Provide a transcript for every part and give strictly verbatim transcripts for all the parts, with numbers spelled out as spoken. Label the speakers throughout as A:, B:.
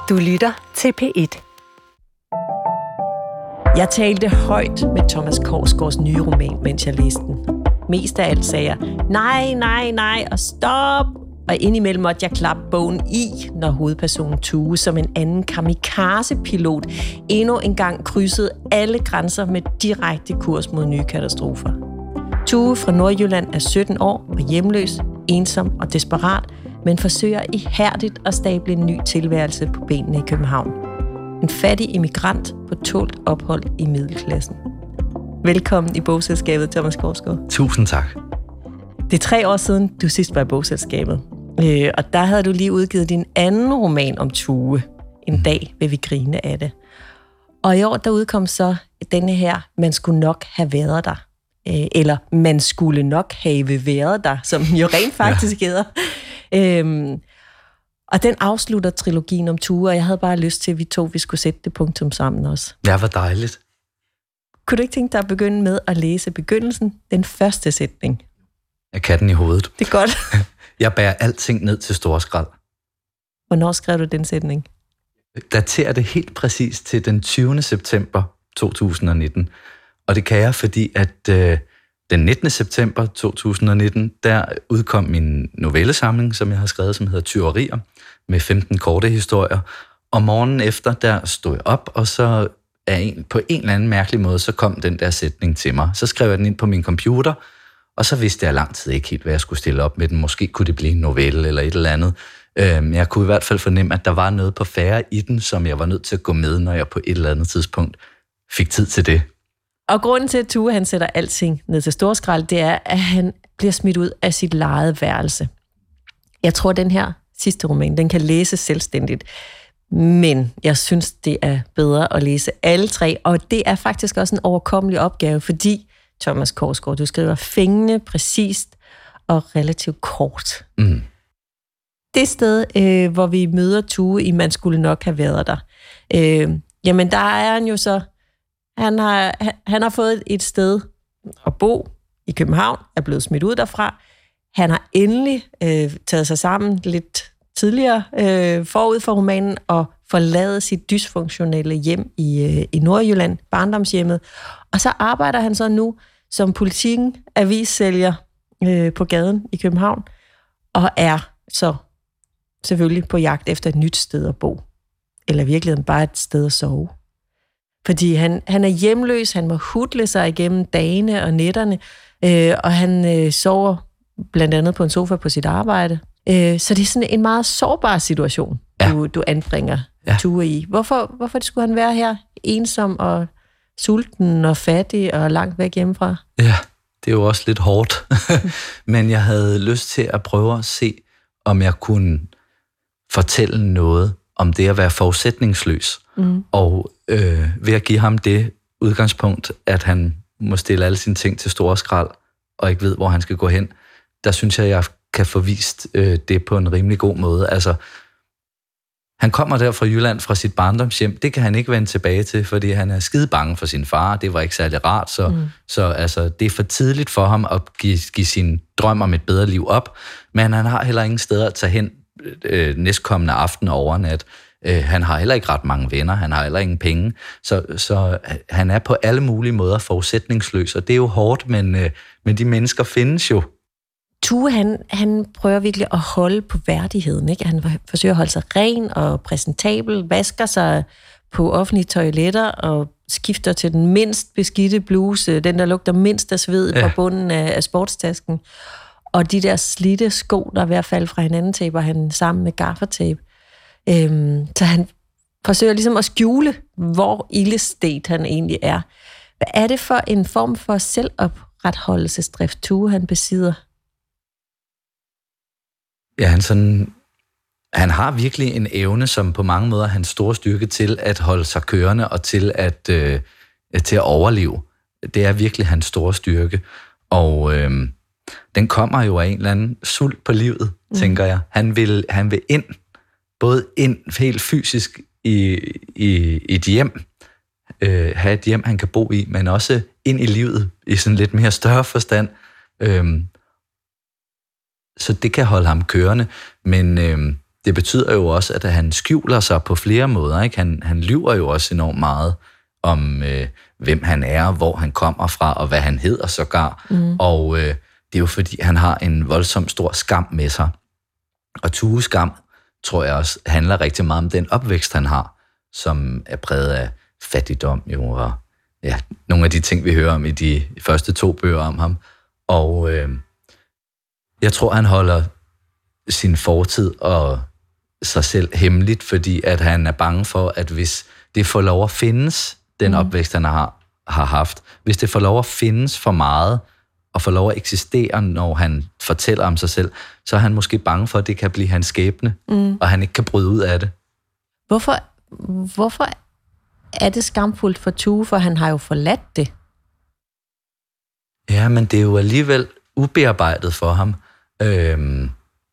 A: Du lytter til P et.
B: Jeg talte højt med Thomas Korsgaards nye roman, mens jeg læste den. Mest af alt sagde jeg, nej, nej, nej, og stop. Og indimellem måtte jeg klappe bogen i, når hovedpersonen Tue som en anden kamikaze-pilot endnu engang krydsede alle grænser med direkte kurs mod nye katastrofer. Tue fra Nordjylland er sytten år og hjemløs, ensom og desperat, men forsøger ihærdigt at stable en ny tilværelse på benene i København. En fattig immigrant på tålt ophold i middelklassen. Velkommen i bogselskabet, Thomas Korsgaard.
C: Tusind tak.
B: Det er tre år siden, du sidst var i bogselskabet. Øh, og der havde du lige udgivet din anden roman om Tue. En mm. dag vil vi grine af det. Og i år, der udkom så denne her, Man skulle nok have været der. Øh, eller Man skulle nok have været der, som den jo rent faktisk ja. hedder. Øhm, og den afslutter trilogien om Tue, og jeg havde bare lyst til, at vi to vi skulle sætte det punktum sammen også.
C: Ja, hvor dejligt.
B: Kunne du ikke tænke dig at begynde med at læse begyndelsen, den første sætning?
C: Jeg kan den i hovedet.
B: Det er godt.
C: Jeg bærer alting ned til store skrald.
B: Hvornår skrev du den sætning?
C: Daterer det helt præcis til den tyvende september to tusind nitten. Og det kan jeg, fordi at øh, den nittende september to tusind nitten, der udkom min novellesamling, som jeg har skrevet, som hedder Tyverier, med femten korte historier. Og morgenen efter, der stod jeg op, og så er en, på en eller anden mærkelig måde, så kom den der sætning til mig. Så skrev jeg den ind på min computer, og så vidste jeg lang tid ikke helt, hvad jeg skulle stille op med den. Måske kunne det blive en novelle eller et eller andet. Jeg kunne i hvert fald fornemme, at der var noget på færre i den, som jeg var nødt til at gå med, når jeg på et eller andet tidspunkt fik tid til det.
B: Og grunden til, at Tue han sætter alting ned til storskrald, det er, at han bliver smidt ud af sit lejede værelse. Jeg tror, at den her sidste roman, den kan læses selvstændigt. Men jeg synes, det er bedre at læse alle tre. Og det er faktisk også en overkommelig opgave, fordi Thomas Korsgaard, du skriver fængende, præcist og relativt kort.
C: Mm.
B: Det sted, øh, hvor vi møder Tue i Man skulle nok have været der. Øh, jamen, der er han jo så... Han har, han har fået et sted at bo i København, er blevet smidt ud derfra. Han har endelig øh, taget sig sammen lidt tidligere øh, forud for romanen og forladet sit dysfunktionelle hjem i, øh, i Nordjylland, barndomshjemmet. Og så arbejder han så nu som Politiken avissælger øh, på gaden i København, og er så selvfølgelig på jagt efter et nyt sted at bo. Eller i virkeligheden bare et sted at sove. Fordi han, han er hjemløs, han må hudle sig igennem dagene og nætterne, øh, og han øh, sover blandt andet på en sofa på sit arbejde. Øh, så det er sådan en meget sårbar situation, ja. du, du anbringer ja. Tue i. Hvorfor, hvorfor skulle han være her ensom og sulten og fattig og langt væk hjemmefra?
C: Ja, det er jo også lidt hårdt. Men jeg havde lyst til at prøve at se, om jeg kunne fortælle noget om det at være forudsætningsløs. Mm. Og øh, ved at give ham det udgangspunkt, at han må stille alle sine ting til store skrald, og ikke ved, hvor han skal gå hen, der synes jeg, jeg kan få vist øh, det på en rimelig god måde. Altså, han kommer der fra Jylland, fra sit barndomshjem. Det kan han ikke vende tilbage til, fordi han er skide bange for sin far. Det var ikke særlig rart, så, mm. så altså, det er for tidligt for ham at give, give sin drøm om et bedre liv op. Men han har heller ingen steder at tage hen øh, næstkommende aften og overnat. Øh, han har heller ikke ret mange venner, han har heller ingen penge. Så, så han er på alle mulige måder forudsætningsløs, og det er jo hårdt, men, øh, men de mennesker findes jo.
B: Tue, han, han prøver virkelig at holde på værdigheden, ikke? Han forsøger at holde sig ren og præsentabel, vasker sig på offentlige toiletter og skifter til den mindst beskidte bluse, den der lugter mindst af sved ja. På bunden af, af sportstasken. Og de der slidte sko, der er ved at falde fra hinanden, taber han sammen med gaffertape. Øhm, så han forsøger ligesom at skjule, hvor ildestet han egentlig er. Hvad er det for en form for selvopretholdelsesdrift, Tue, han besidder?
C: Ja, han, sådan, han har virkelig en evne, som på mange måder er hans store styrke til at holde sig kørende og til at, øh, til at overleve. Det er virkelig hans store styrke. Og øh, den kommer jo af en eller anden sult på livet, mm. tænker jeg. Han vil, han vil ind, både ind helt fysisk i, i, i et hjem, øh, have et hjem, han kan bo i, men også ind i livet i sådan lidt mere større forstand. Øh, Så det kan holde ham kørende, men øh, det betyder jo også, at han skjuler sig på flere måder. Ikke? Han, han lyver jo også enormt meget om, øh, hvem han er, hvor han kommer fra, og hvad han hedder sågar. Mm. Og øh, det er jo fordi, han har en voldsom stor skam med sig. Og Tues skam, tror jeg også, handler rigtig meget om den opvækst, han har, som er præget af fattigdom, jo, og ja, nogle af de ting, vi hører om i de første to bøger om ham. Og øh, jeg tror, han holder sin fortid og sig selv hemmeligt, fordi at han er bange for, at hvis det får lov at findes, den mm. opvækst, han har, har haft, hvis det får lov at findes for meget, og får lov at eksistere, når han fortæller om sig selv, så er han måske bange for, at det kan blive hans skæbne, mm. og han ikke kan bryde ud af det.
B: Hvorfor, hvorfor er det skamfuldt for Tue, for han har jo forladt det?
C: Ja, men det er jo alligevel ubearbejdet for ham. Øhm,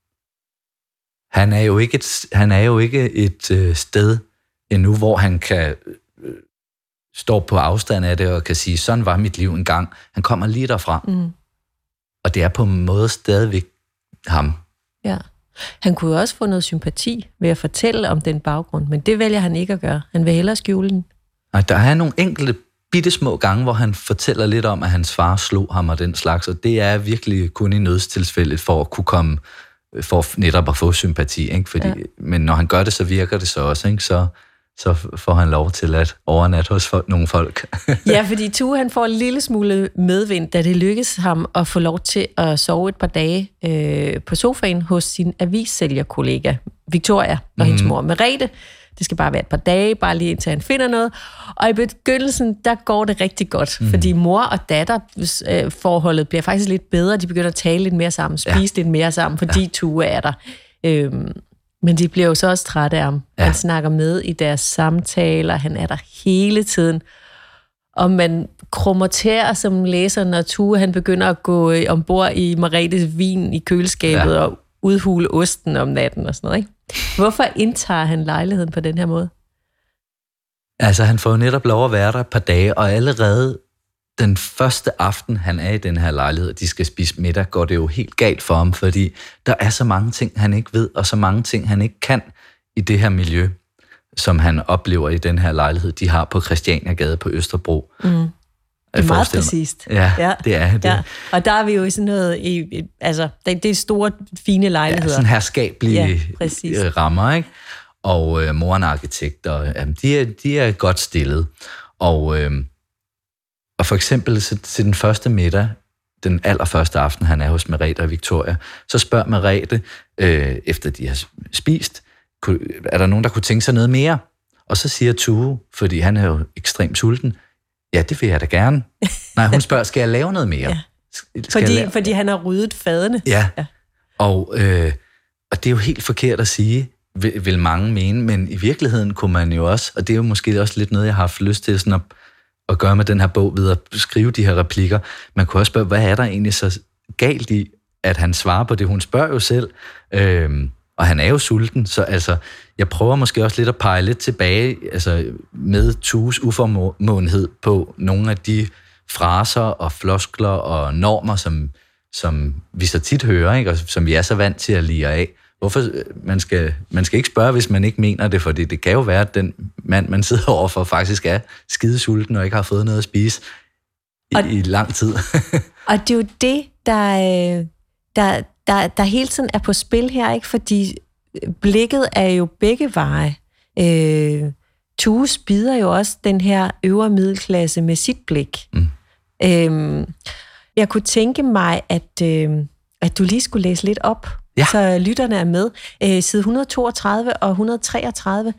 C: han er jo ikke et, han er jo ikke et øh, sted endnu, hvor han kan øh, stå på afstand af det og kan sige, sådan var mit liv engang. Han kommer lige derfra. Mm. Og det er på en måde stadigvæk ham. Ja.
B: Han kunne jo også få noget sympati ved at fortælle om den baggrund, men det vælger han ikke at gøre. Han vil hellere skjule den.
C: Nej, der er nogle enkelte bittesmå gange, hvor han fortæller lidt om, at hans far slog ham og den slags, og det er virkelig kun i nødstilfældet for at kunne komme, for netop at få sympati, ikke? Fordi, ja. Men når han gør det, så virker det så også, ikke? Så, så får han lov til at overnatte hos folk, nogle folk.
B: Ja, fordi Tue, han får en lille smule medvind, da det lykkes ham at få lov til at sove et par dage øh, på sofaen hos sin avissælgerkollega Victoria og mm. hendes mor Merete. Det skal bare være et par dage, bare lige indtil han finder noget. Og i begyndelsen, der går det rigtig godt, mm. fordi mor og datter øh, forholdet bliver faktisk lidt bedre. De begynder at tale lidt mere sammen, spise ja. lidt mere sammen, fordi ja. Tue er der. Øhm, men de bliver jo så også trætte af ham. Ja. Han snakker med i deres samtaler, han er der hele tiden. Og man krummer tæer som læser, når Tue han begynder at gå øh, ombord i Meretes vin i køleskabet ja. og udhule osten om natten og sådan noget, ikke? Hvorfor indtager han lejligheden på den her måde?
C: Altså, han får jo netop lov at være der et par dage, og allerede den første aften, han er i den her lejlighed, de skal spise middag, går det jo helt galt for ham, fordi der er så mange ting, han ikke ved, og så mange ting, han ikke kan i det her miljø, som han oplever i den her lejlighed, de har på Christianiagade på Østerbro. Mm.
B: Det er meget præcist.
C: Ja, ja, det er det. Ja.
B: Og der er vi jo i sådan noget, i, altså, det er store, fine lejligheder.
C: Ja, sådan herskabelige ja, rammer, ikke? Og øh, moren arkitekt, og jamen, de, er, de er godt stillet. Og, øh, og for eksempel så, til den første middag, den allerførste aften, han er hos Merete og Victoria, så spørger Merete, øh, efter de har spist, er der nogen, der kunne tænke sig noget mere? Og så siger Tue, fordi han er jo ekstremt sulten, ja, det vil jeg da gerne. Nej, hun spørger, skal jeg lave noget mere?
B: Ja. Fordi, lave... fordi han har ryddet fadene.
C: Ja, ja. Og, øh, og det er jo helt forkert at sige, vil, vil mange mene, men i virkeligheden kunne man jo også, og det er jo måske også lidt noget, jeg har haft lyst til sådan at, at gøre med den her bog, ved at skrive de her replikker. Man kunne også spørge, hvad er der egentlig så galt i, at han svarer på det? Hun spørger jo selv, øh, og han er jo sulten, så altså, jeg prøver måske også lidt at pege lidt tilbage, altså med Tues uformåenhed på nogle af de fraser og floskler og normer, som, som vi så tit hører, ikke? Og som vi er så vant til at lide af. Hvorfor man skal, man skal ikke spørge, hvis man ikke mener det, fordi det kan jo være, at den mand, man sidder overfor, faktisk er skidesulten og ikke har fået noget at spise i, og, i lang tid.
B: Og det er jo det, der, der, der, der hele tiden er på spil her, ikke? Fordi blikket er jo begge veje. Øh, Tue spider jo også den her øvre middelklasse med sit blik. Mm. Øh, jeg kunne tænke mig, at, øh, at du lige skulle læse lidt op, ja. Så lytterne er med. Øh, side et hundrede toogtredive og et hundrede treogtredive.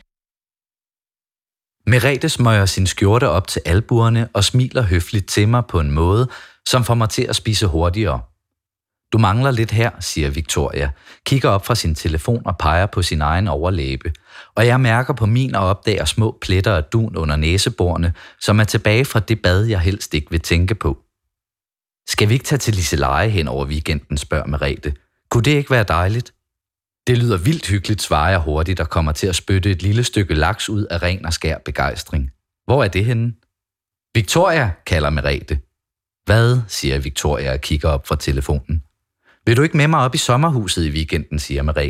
C: Merete smøger sin skjorte op til albuerne og smiler høfligt til mig på en måde, som får mig til at spise hurtigere. Du mangler lidt her, siger Victoria, kigger op fra sin telefon og peger på sin egen overlæbe. Og jeg mærker på min og opdager små pletter af dun under næseborene, som er tilbage fra det bad, jeg helst ikke vil tænke på. Skal vi ikke tage til Liseleje hen over weekenden, spørger Merete. Kunne det ikke være dejligt? Det lyder vildt hyggeligt, svarer jeg hurtigt og kommer til at spytte et lille stykke laks ud af ren og skær begejstring. Hvor er det henne? Victoria, kalder Merete. Hvad, siger Victoria og kigger op fra telefonen. Vil du ikke med mig op i sommerhuset i weekenden, siger Merete.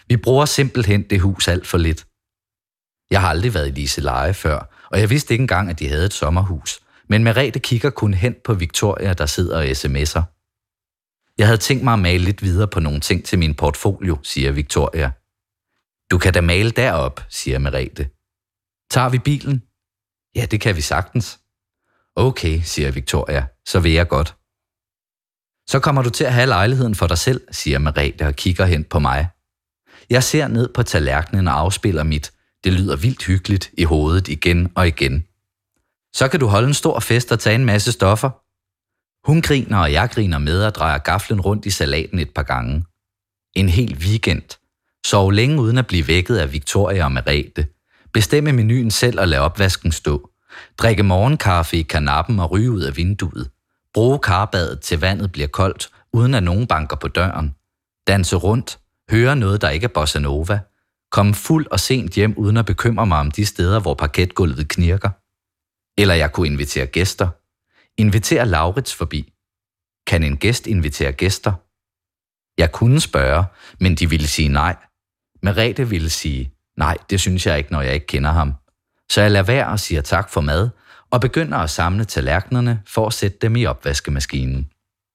C: Vi bruger simpelthen det hus alt for lidt. Jeg har aldrig været i Liseleje før, og jeg vidste ikke engang, at de havde et sommerhus. Men Merete kigger kun hen på Victoria, der sidder og sms'er. Jeg havde tænkt mig at male lidt videre på nogle ting til min portfolio, siger Victoria. Du kan da male derop, siger Merete. Tager vi bilen? Ja, det kan vi sagtens. Okay, siger Victoria, så vil jeg godt. Så kommer du til at have lejligheden for dig selv, siger Merete og kigger hen på mig. Jeg ser ned på tallerkenen og afspiller mit. Det lyder vildt hyggeligt i hovedet igen og igen. Så kan du holde en stor fest og tage en masse stoffer. Hun griner, og jeg griner med og drejer gaflen rundt i salaten et par gange. En hel weekend. Sov længe uden at blive vækket af Victoria og Merete. Bestemme menuen selv og lade opvasken stå. Drikke morgenkaffe i kanappen og ryge ud af vinduet. Bruge karbadet til vandet bliver koldt, uden at nogen banker på døren. Danse rundt. Høre noget, der ikke er bossa nova. Komme fuld og sent hjem, uden at bekymre mig om de steder, hvor parketgulvet knirker. Eller jeg kunne invitere gæster. Invitere Laurits forbi. Kan en gæst invitere gæster? Jeg kunne spørge, men de ville sige nej. Merete ville sige, nej, det synes jeg ikke, når jeg ikke kender ham. Så jeg lader være og siger tak for mad, og begynder at samle tallerkenerne for at sætte dem i opvaskemaskinen.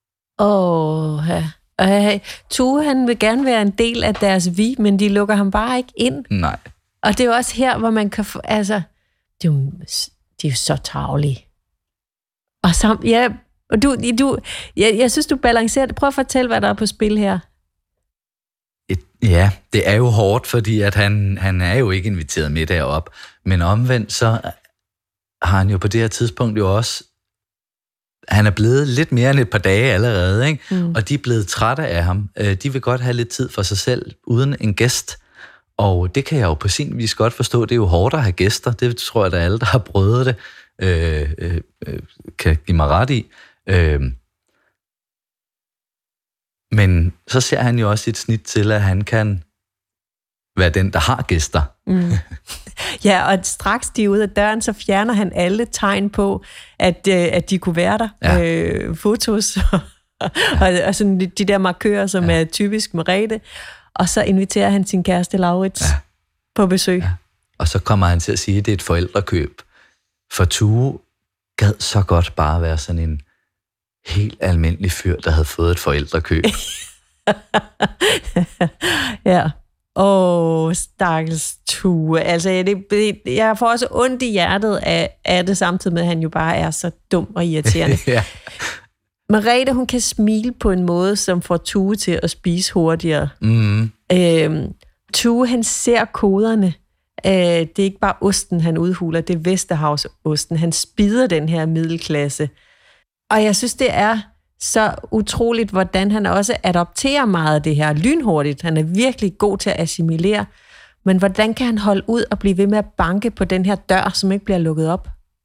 B: Åh, ja. Øh, Tue, han vil gerne være en del af deres vi, men de lukker ham bare ikke ind.
C: Nej.
B: Og det er jo også her, hvor man kan få, altså, det er jo, de er jo så tarvelige. Og sam, ja, og du, du, jeg, jeg synes, du balancerer det. Prøv at fortælle, hvad der er på spil her.
C: Et, ja, det er jo hårdt, fordi at han, han er jo ikke inviteret med derop. Men omvendt, så har han jo på det her tidspunkt jo også, han er blevet lidt mere end et par dage allerede, ikke? Mm. Og de er blevet trætte af ham. De vil godt have lidt tid for sig selv, uden en gæst. Og det kan jeg jo på sin vis godt forstå. Det er jo hårdt at have gæster. Det tror jeg, at alle, der har prøvet det, øh, øh, kan give mig ret i. Øh. Men så ser han jo også et snit til, at han kan være den, der har gæster.
B: Mm. Ja, og straks de er ude af døren, så fjerner han alle tegn på, at, øh, at de kunne være der. Ja. Øh, fotos og, ja. og, og sådan de der markører, som ja. er typisk Merete. Og så inviterer han sin kæreste Laurits ja. på besøg. Ja.
C: Og så kommer han til at sige, at det er et forældrekøb. For Tue gad så godt bare være sådan en helt almindelig fyr, der havde fået et forældrekøb.
B: Ja. Åh, oh, stakkels Tue. Altså, det, det, jeg får også ondt i hjertet af, af det, samtidig med, at han jo bare er så dum og irriterende. Ja. Merete, hun kan smile på en måde, som får Tue til at spise hurtigere. Mm. Øhm, Tue, han ser koderne. Øh, det er ikke bare osten, han udhuler, det er Vesterhavsosten. Han spider den her middelklasse. Og jeg synes, det er så utroligt, hvordan han også adopterer meget af det her lynhurtigt. Han er virkelig god til at assimilere. Men hvordan kan han holde ud og blive ved med at banke på den her dør, som ikke bliver lukket op?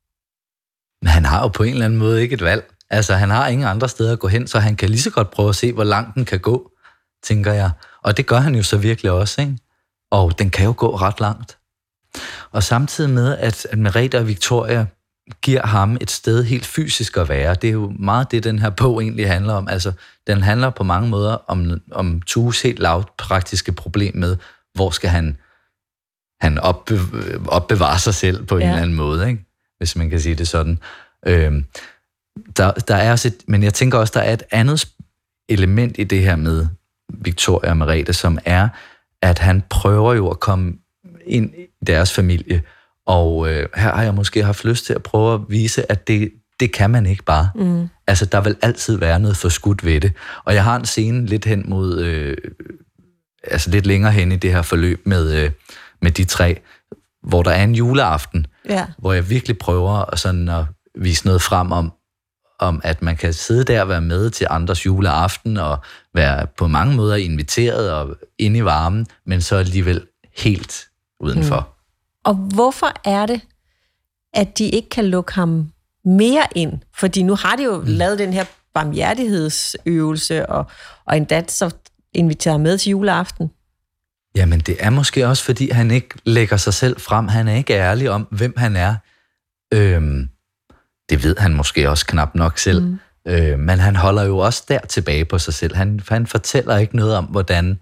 C: Men han har jo på en eller anden måde ikke et valg. Altså, han har ingen andre steder at gå hen, så han kan lige så godt prøve at se, hvor langt den kan gå, tænker jeg. Og det gør han jo så virkelig også, ikke? Og den kan jo gå ret langt. Og samtidig med, at Merete og Victoria giver ham et sted helt fysisk at være. Det er jo meget det, den her bog egentlig handler om. Altså, den handler på mange måder om, om Tues helt lavpraktiske problem med, hvor skal han, han opbe, opbevare sig selv på ja. en eller anden måde, ikke? Hvis man kan sige det sådan. Øhm, der, der er også et, men jeg tænker også, der er et andet element i det her med Victoria og Merete, som er, at han prøver jo at komme ind i deres familie. Og øh, her har jeg måske haft lyst til at prøve at vise, at det, det kan man ikke bare. Mm. Altså, der vil altid være noget forskudt ved det. Og jeg har en scene lidt hen mod, øh, altså lidt længere hen i det her forløb med, øh, med de tre, hvor der er en juleaften, ja. hvor jeg virkelig prøver sådan at vise noget frem om, om, at man kan sidde der og være med til andres juleaften, og være på mange måder inviteret og inde i varmen, men så alligevel helt udenfor. Mm.
B: Og hvorfor er det, at de ikke kan lukke ham mere ind? Fordi nu har de jo mm. lavet den her barmhjertighedsøvelse, og, og endda så inviterer med til juleaften.
C: Jamen, det er måske også, fordi han ikke lægger sig selv frem. Han er ikke ærlig om, hvem han er. Øhm, det ved han måske også knap nok selv. Mm. Øh, men han holder jo også der tilbage på sig selv. Han, han fortæller ikke noget om, hvordan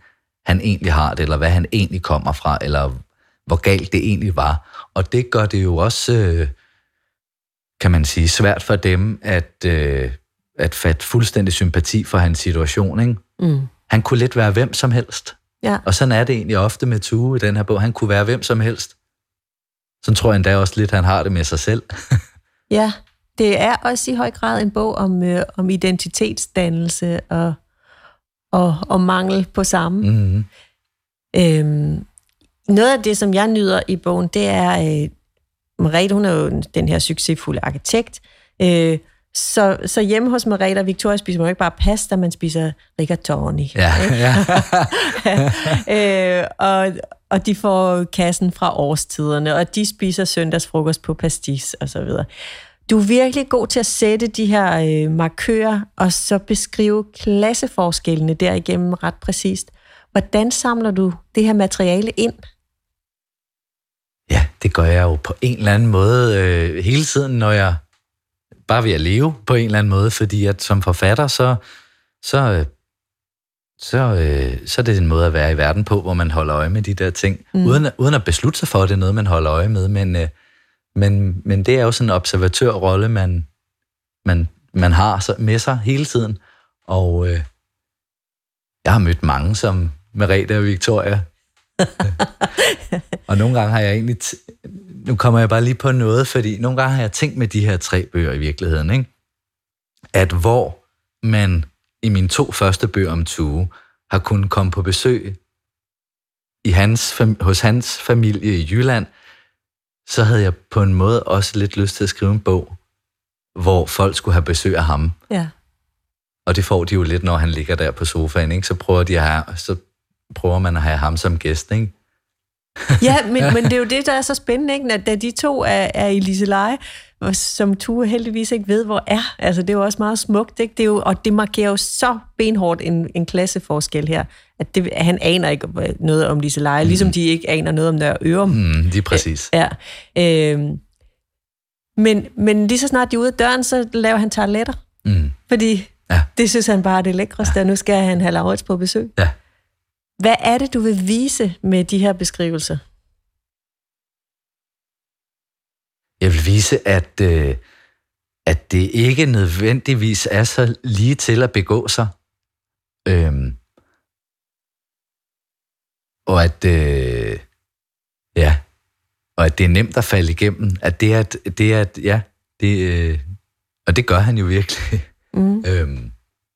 C: han egentlig har det, eller hvad han egentlig kommer fra, eller hvor galt det egentlig var. Og det gør det jo også, øh, kan man sige, svært for dem at, øh, at fatte fuldstændig sympati for hans situation, ikke? Mm. Han kunne lidt være hvem som helst.
B: Ja.
C: Og sådan er det egentlig ofte med Tue i den her bog. Han kunne være hvem som helst. Sådan tror jeg endda også lidt, han har det med sig selv.
B: Ja, det er også i høj grad en bog om, øh, om identitetsdannelse og, og, og mangel på samme. Mm-hmm. Øhm, noget af det, som jeg nyder i bogen, det er, øh, Merete, hun er jo den her succesfulde arkitekt, øh, så, så hjemme hos Merete og Victoria spiser man jo ikke bare pasta, man spiser rigatoni.
C: Ja, ja.
B: øh, og, og de får kassen fra årstiderne, og de spiser søndagsfrokost på pastis og så videre. Du er virkelig god til at sætte de her øh, markører, og så beskrive klasseforskellene derigennem ret præcist. Hvordan samler du det her materiale ind?
C: Ja, det gør jeg jo på en eller anden måde øh, hele tiden, når jeg bare vil at leve på en eller anden måde, fordi at som forfatter, så, så, så, øh, så er det en måde at være i verden på, hvor man holder øje med de der ting, mm. uden, uden at beslutte sig for, at det er noget, man holder øje med, men, øh, men, men det er jo sådan en observatørrolle, man, man, man har med sig hele tiden, og øh, jeg har mødt mange som Merete og Victoria, og nogle gange har jeg egentlig... T- nu kommer jeg bare lige på noget, fordi nogle gange har jeg tænkt med de her tre bøger i virkeligheden, ikke? At hvor man i mine to første bøger om Tue har kunnet komme på besøg i hans, hos hans familie i Jylland, så havde jeg på en måde også lidt lyst til at skrive en bog, hvor folk skulle have besøg af ham.
B: Ja.
C: Og det får de jo lidt, når han ligger der på sofaen, ikke? Så prøver de at have, så prøver man at have ham som gæst, ikke?
B: Ja, men, men det er jo det, der er så spændende, ikke? At da de to er, er i Liseleje, som Tue heldigvis ikke ved, hvor er. Altså, det er jo også meget smukt, ikke? Det er jo, og det markerer jo så benhårdt en, en klasseforskel her, at det, han aner ikke noget om Liseleje, mm. ligesom de ikke aner noget om Nørre Ørum.
C: Mm, det er præcis.
B: Ja. Øhm, men, men lige så snart de er ude af døren, så laver han toiletter. Mm. Fordi ja. Det synes han bare er det lækreste, ja. Nu skal han have Laurits på besøg.
C: Ja.
B: Hvad er det, du vil vise med de her beskrivelser?
C: Jeg vil vise, at, øh, at det ikke nødvendigvis er så lige til at begå sig. Øhm, og at, øh, ja, og at det er nemt at falde igennem. At det er, at, det er, at, ja, det, øh, og det gør han jo virkelig. Mm. øhm,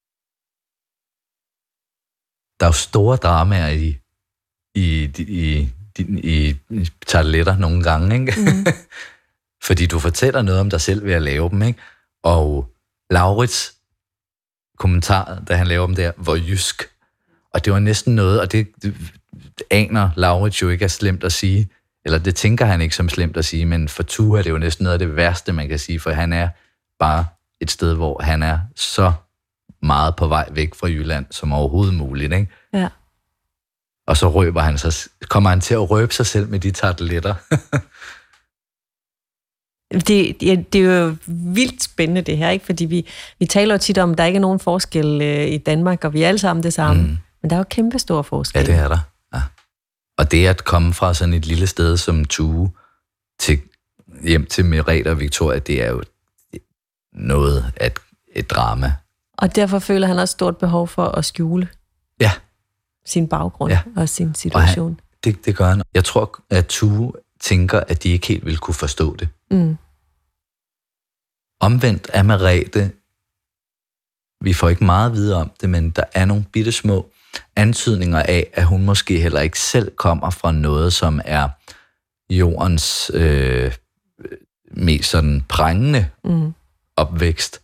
C: Der er jo store dramaer i, i, i, i, i tarteletter nogle gange, ikke? Mm. Fordi du fortæller noget om dig selv ved at lave dem, ikke? Og Laurits kommentar, da han laver dem der, hvor jysk. Og det var næsten noget, og det, det aner Laurits jo ikke er slemt at sige, eller det tænker han ikke som slemt at sige, men for Tue er det jo næsten noget af det værste, man kan sige, for han er bare et sted, hvor han er så meget på vej væk fra Jylland, som overhovedet muligt, ikke?
B: Ja.
C: Og så røber han sig, kommer han til at røbe sig selv med de tarteletter.
B: det, det, det er jo vildt spændende det her, ikke? Fordi vi, vi taler jo tit om, at der ikke er nogen forskel øh, i Danmark, og vi er alle sammen det samme. Mm. Men der er jo kæmpe stor forskel.
C: Ja, det er der. Ja. Og det at komme fra sådan et lille sted som Tue til, hjem til Merete og Victoria, det er jo noget af et, et drama.
B: Og derfor føler han også stort behov for at skjule
C: ja.
B: sin baggrund ja. og sin situation.
C: Og han, det, det gør han. Jeg tror, at Tue tænker, at de ikke helt vil kunne forstå det. Mm. Omvendt er Merete, vi får ikke meget videre om det, men der er nogle bittesmå antydninger af, at hun måske heller ikke selv kommer fra noget, som er jordens øh, mest sådan prængende mm. opvækst.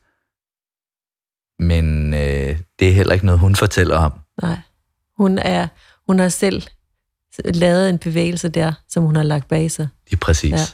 C: Men øh, det er heller ikke noget, hun fortæller om.
B: Nej. Hun, er, hun har selv lavet en bevægelse der, som hun har lagt bag sig.
C: Det er præcis. Ja.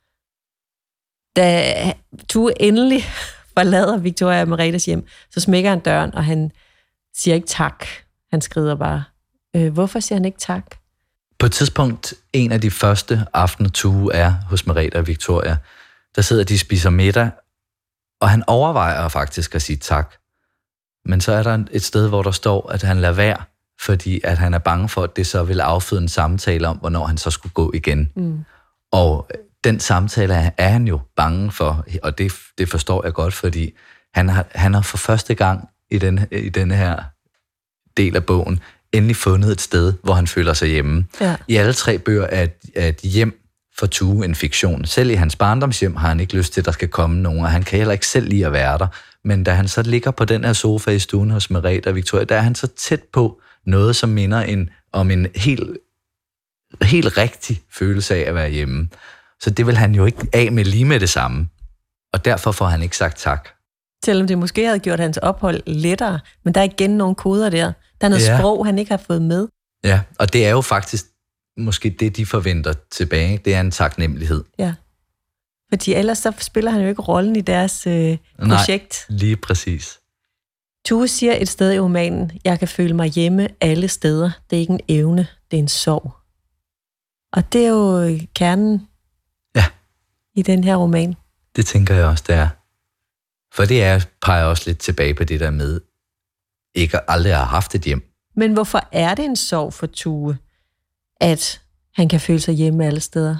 B: Da Tue endelig forlader Victoria og Meretes hjem, så smækker han døren, og han siger ikke tak. Han skrider bare. Øh, hvorfor siger han ikke tak?
C: På et tidspunkt, en af de første aftener, Tue er hos Merete og Victoria, der sidder de og spiser middag, og han overvejer faktisk at sige tak. Men så er der et sted, hvor der står, at han lader være, fordi at han er bange for, at det så vil afføde en samtale om, hvornår han så skulle gå igen. Mm. Og den samtale er han jo bange for, og det, det forstår jeg godt, fordi han har, han har for første gang i den, i denne her del af bogen endelig fundet et sted, hvor han føler sig hjemme. Ja. I alle tre bøger er et, er et hjem for Tue en fiktion. Selv i hans barndomshjem har han ikke lyst til, at der skal komme nogen, og han kan heller ikke selv lide at være der. Men da han så ligger på den her sofa i stuen hos Merete og Victoria, der er han så tæt på noget, som minder en, om en helt, helt rigtig følelse af at være hjemme. Så det vil han jo ikke af med lige med det samme. Og derfor får han ikke sagt tak.
B: Selvom det måske havde gjort hans ophold lettere, men der er igen nogle koder der. Der er noget ja. sprog, han ikke har fået med. Ja,
C: og det er jo faktisk måske det, de forventer tilbage. Det er en taknemmelighed.
B: Ja, fordi ellers så spiller han jo ikke rollen i deres øh, projekt.
C: Nej, lige præcis.
B: Tue siger et sted i romanen, jeg kan føle mig hjemme alle steder. Det er ikke en evne, det er en sorg. Og det er jo kernen
C: ja.
B: i den her roman.
C: Det tænker jeg også, det er. For det er, peger også lidt tilbage på det der med, ikke aldrig har haft et hjem.
B: Men hvorfor er det en sorg for Tue, at han kan føle sig hjemme alle steder?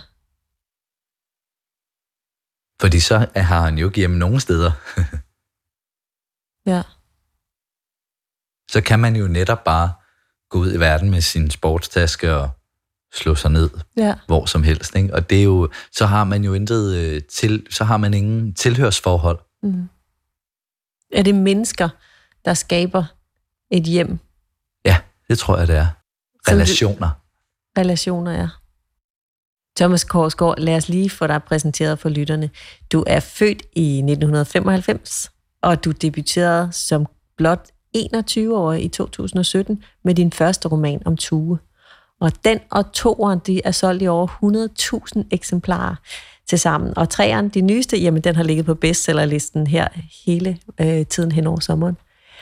C: Fordi så har han jo ikke hjemme nogen steder.
B: ja.
C: Så kan man jo netop bare gå ud i verden med sin sportstaske og slå sig ned
B: ja.
C: hvor som helst. Ikke? Og det er jo, så har man jo intet øh, til, så har man ingen tilhørsforhold.
B: Mm. Er det mennesker, der skaber et hjem?
C: Ja, det tror jeg, det er. Relationer.
B: Det, relationer, ja. Thomas Korsgaard, lad os lige få dig præsenteret for lytterne. Du er født i nitten femoghalvfems, og du debuterede som blot enogtyve-årig i to tusind og sytten med din første roman om Tue. Og den og toeren, de er solgt i over hundrede tusind eksemplarer til sammen. Og treeren, de nyeste, jamen den har ligget på bestsellerlisten her hele øh, tiden hen over sommeren.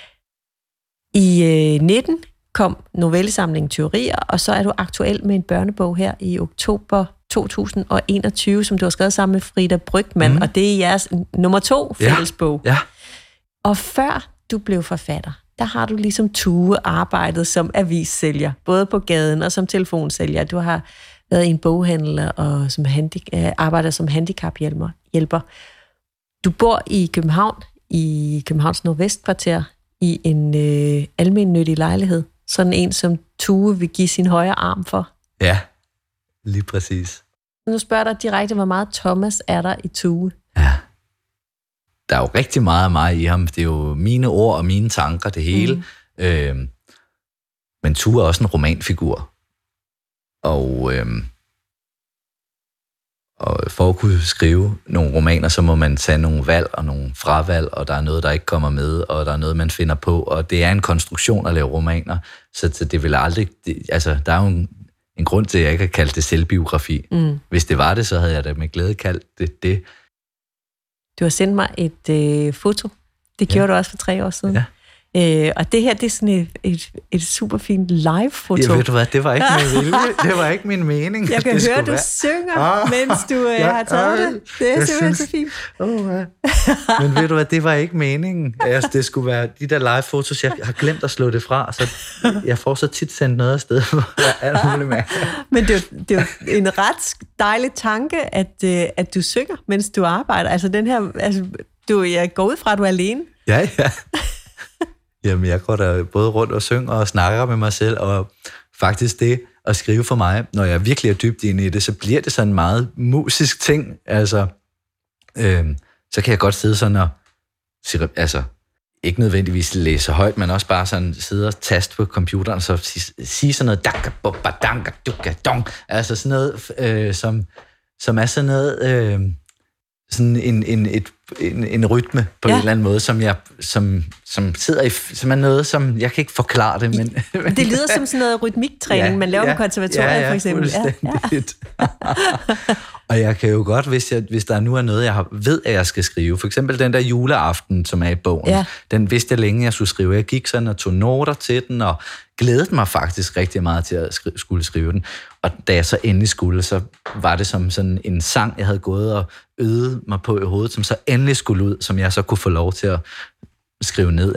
B: I øh, nitten kom novellesamlingen Tyverier, og så er du aktuel med en børnebog her i oktober to tusind og enogtyve, som du har skrevet sammen med Frida Brygmann, mm. og det er jeres nummer to fællesbog.
C: Ja. Ja.
B: Og før du blev forfatter, der har du ligesom Tue arbejdet som avissælger, både på gaden og som telefonsælger. Du har været i en boghandel og som handi- arbejder som handicaphjælper. Du bor i København, i Københavns Nordvestkvarter, i en øh, almennyttig lejlighed. Sådan en, som Tue vil give sin højre arm for.
C: Ja, lige præcis.
B: Nu spørger dig direkte, hvor meget Thomas er der i Tue?
C: Ja, der er jo rigtig meget af mig i ham. Det er jo mine ord og mine tanker, det hele. Mm. Øhm, men Tue er også en romanfigur. Og, øhm, og for at kunne skrive nogle romaner, så må man tage nogle valg og nogle fravalg, og der er noget, der ikke kommer med, og der er noget, man finder på, og det er en konstruktion at lave romaner, så, så det vil aldrig... Det, altså, der er jo en, en grund til, at jeg ikke har kaldt det selvbiografi. Mm. Hvis det var det, så havde jeg da med glæde kaldt det det.
B: Du har sendt mig et øh, foto. Det gjorde ja. du også for tre år siden. Ja. Øh, og det her, det er sådan et, et, et super fint live-foto.
C: Ja, ved du hvad, det var ikke min vilje. Det var ikke min mening.
B: Jeg kan høre, du være. synger, ah, mens du øh, ja, har taget øh, det. Det er simpelthen synes, så fint.
C: Oh, ja. Men ved du hvad, det var ikke meningen. Altså, det skulle være de der live-fotos, jeg har glemt at slå det fra, så jeg får så tit sendt noget afsted.
B: Men det er, det er jo en ret dejlig tanke, at, at du synger, mens du arbejder. Altså den her, altså, du, jeg går ud fra, at du er alene.
C: Ja, ja. Jamen, jeg går der både rundt og synger og snakker med mig selv, og faktisk det at skrive for mig, når jeg virkelig er dybt inde i det, så bliver det sådan en meget musisk ting. Altså, øh, så kan jeg godt sidde sådan og, altså, ikke nødvendigvis læse højt, men også bare sådan sidde og taste på computeren, og så sige, sige sådan noget, dakka, bobba, danka, dukka, dong, altså sådan noget, øh, som, som er sådan noget, øh, sådan en, en, et, en, en rytme på ja. en eller anden måde, som jeg som, som sidder i, som er noget, som jeg kan ikke forklare det, men...
B: Det lyder som sådan noget rytmiktræning, ja, man laver ja, på konservatoriet, ja, ja, for eksempel. Ja,
C: ja. Og jeg kan jo godt, hvis, jeg, hvis der nu er noget, jeg har, ved, at jeg skal skrive, for eksempel den der juleaften, som er i bogen, ja. den vidste jeg længe, jeg skulle skrive. Jeg gik sådan og tog noter til den, og glædede mig faktisk rigtig meget til at skri- skulle skrive den. Og da jeg så endelig skulle, så var det som sådan en sang, jeg havde gået og øvet mig på i hovedet, som så endelig skulle ud, som jeg så kunne få lov til at skrive ned, ikke?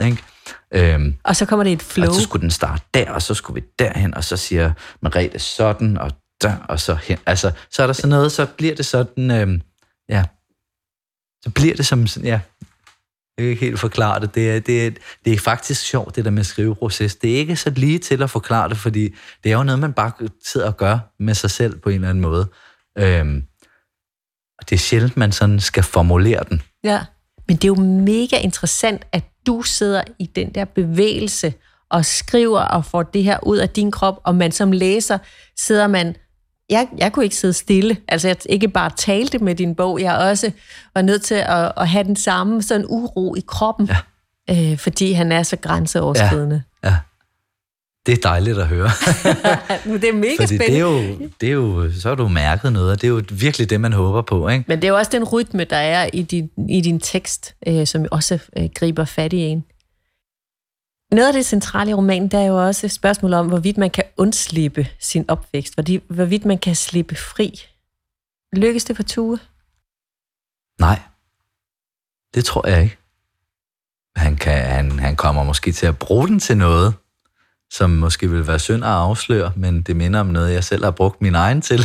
C: Øhm,
B: og så kommer det et flow.
C: Og så skulle den starte der, og så skulle vi derhen, og så siger Merete sådan, og der, og så hen. Altså, så er der sådan noget, så bliver det sådan, øhm, ja, så bliver det som, ja, jeg kan ikke helt forklare det. Det er, det, er, det er faktisk sjovt, det der med skriveproces. Det er ikke så lige til at forklare det, fordi det er jo noget, man bare sidder og gør med sig selv på en eller anden måde. Øhm, og det er sjældent, man sådan skal formulere den.
B: Ja, men det er jo mega interessant, at du sidder i den der bevægelse og skriver og får det her ud af din krop, og man som læser sidder man... Jeg, jeg kunne ikke sidde stille. Altså, jeg ikke bare talte med din bog, jeg også var nødt til at, at have den samme sådan uro i kroppen, ja. øh, fordi han er så grænseoverskridende.
C: Ja, ja. Det er dejligt at høre.
B: Det er mega
C: fordi
B: spændende.
C: Det er, jo, det er jo, så har du mærket noget, og det er jo virkelig det, man håber på, ikke?
B: Men det er jo også den rytme, der er i din, i din tekst, øh, som også øh, griber fat i en. Noget af det centrale i romanen, der er jo også et spørgsmål om, hvorvidt man kan undslippe sin opvækst, hvorvidt man kan slippe fri. Lykkes det for Tue?
C: Nej, det tror jeg ikke. Han, kan, han, han kommer måske til at bruge den til noget, som måske vil være synd at afsløre, men det minder om noget, jeg selv har brugt min egen til.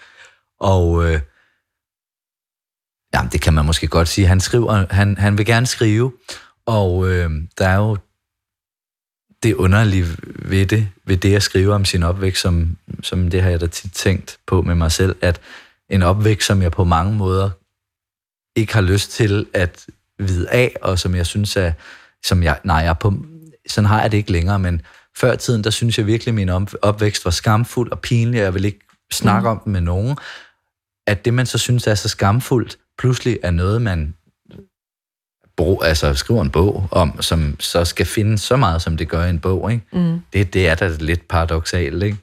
C: Og øh, jamen, det kan man måske godt sige. Han skriver, han, han vil gerne skrive, og øh, der er jo det underlige ved det, ved det at skrive om sin opvækst, som, som det har jeg da tit tænkt på med mig selv, at en opvækst, som jeg på mange måder ikke har lyst til at vide af, og som jeg synes er, som jeg, nej, jeg på, sådan har jeg det ikke længere, men før tiden, der synes jeg virkelig, at min opvækst var skamfuld og pinlig, og jeg vil ikke snakke mm. om den med nogen. At det, man så synes er så skamfuldt, pludselig er noget, man brug, altså skriver en bog om, som så skal finde så meget, som det gør i en bog, ikke? Mm. Det, det er da lidt paradoksalt, ikke?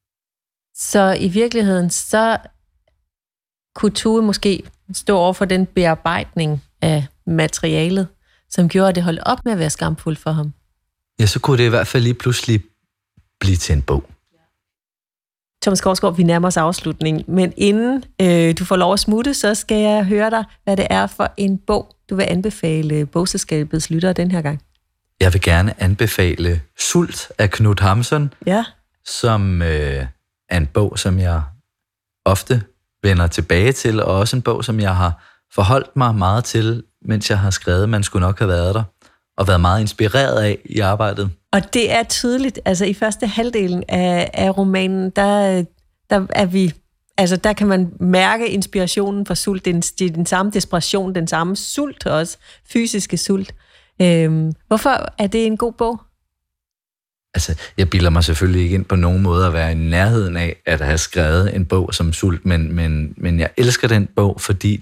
B: Så i virkeligheden, så kunne Tue måske stå over for den bearbejdning af materialet, som gjorde, at det holdt op med at være skamfuldt for ham.
C: Ja, så kunne det i hvert fald lige pludselig blive til en bog.
B: Thomas Korsgaard, vi nærmer os afslutning, men inden øh, du får lov at smutte, så skal jeg høre dig, hvad det er for en bog, du vil anbefale Bogselskabets lyttere den her gang.
C: Jeg vil gerne anbefale Sult af Knut Hamsun,
B: ja.
C: som øh, er en bog, som jeg ofte vender tilbage til, og også en bog, som jeg har forholdt mig meget til, mens jeg har skrevet, man skulle nok have været der, og været meget inspireret af i arbejdet. Og
B: det er tydeligt, altså i første halvdelen af, af romanen, der, der er vi, altså der kan man mærke inspirationen fra Sult, den, den samme desperation, den samme sult også, fysiske sult. Øhm, hvorfor er det en god bog?
C: Altså, jeg bilder mig selvfølgelig ikke ind på nogen måde at være i nærheden af at have skrevet en bog som Sult, men, men, men jeg elsker den bog, fordi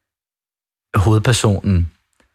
C: hovedpersonen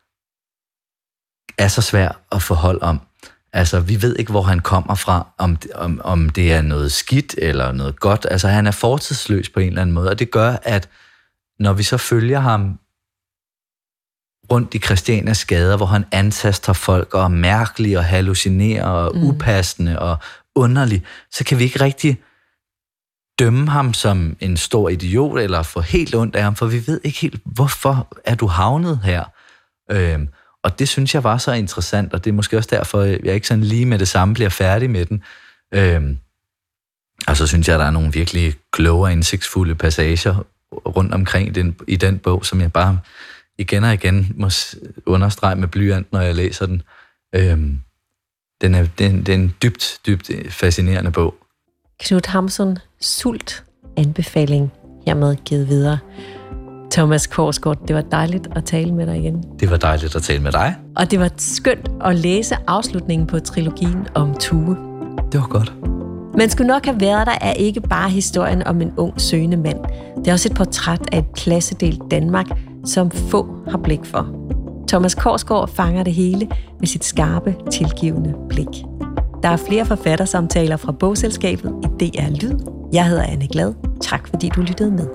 C: er så svær at forholde om. Altså, vi ved ikke, hvor han kommer fra, om, om, om det er noget skidt eller noget godt. Altså, han er fortidsløs på en eller anden måde, og det gør, at når vi så følger ham rundt i Christianias gader, hvor han antaster folk og er mærkelig og hallucinerer og mm. upassende og underlig, så kan vi ikke rigtig dømme ham som en stor idiot eller få helt ondt af ham, for vi ved ikke helt, hvorfor er du havnet her? Øhm, og det synes jeg var så interessant, og det er måske også derfor, jeg ikke sådan lige med det samme bliver færdig med den. Øhm, og så synes jeg, der er nogle virkelig kloge og indsigtsfulde passager rundt omkring i den, i den bog, som jeg bare igen og igen må understrege med blyant, når jeg læser den. Øhm, den er, den, det er en dybt, dybt fascinerende bog.
B: Knut Hamsun, Sult, anbefaling hermed givet videre. Thomas Korsgaard, det var dejligt at tale med dig igen.
C: Det var dejligt at tale med dig.
B: Og det var skønt at læse afslutningen på trilogien om Tue.
C: Det var godt.
B: Man skulle nok have været der er ikke bare historien om en ung søgende mand. Det er også et portræt af et klassedelt Danmark, som få har blik for. Thomas Korsgaard fanger det hele med sit skarpe, tilgivende blik. Der er flere forfattersamtaler fra Bogselskabet i D R Lyd. Jeg hedder Anne Glad. Tak fordi du lyttede med.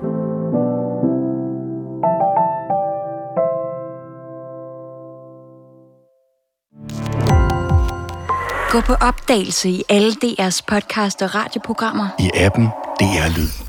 A: Gå på opdagelse i alle D R's podcast og radioprogrammer.
D: I appen D R Lyd.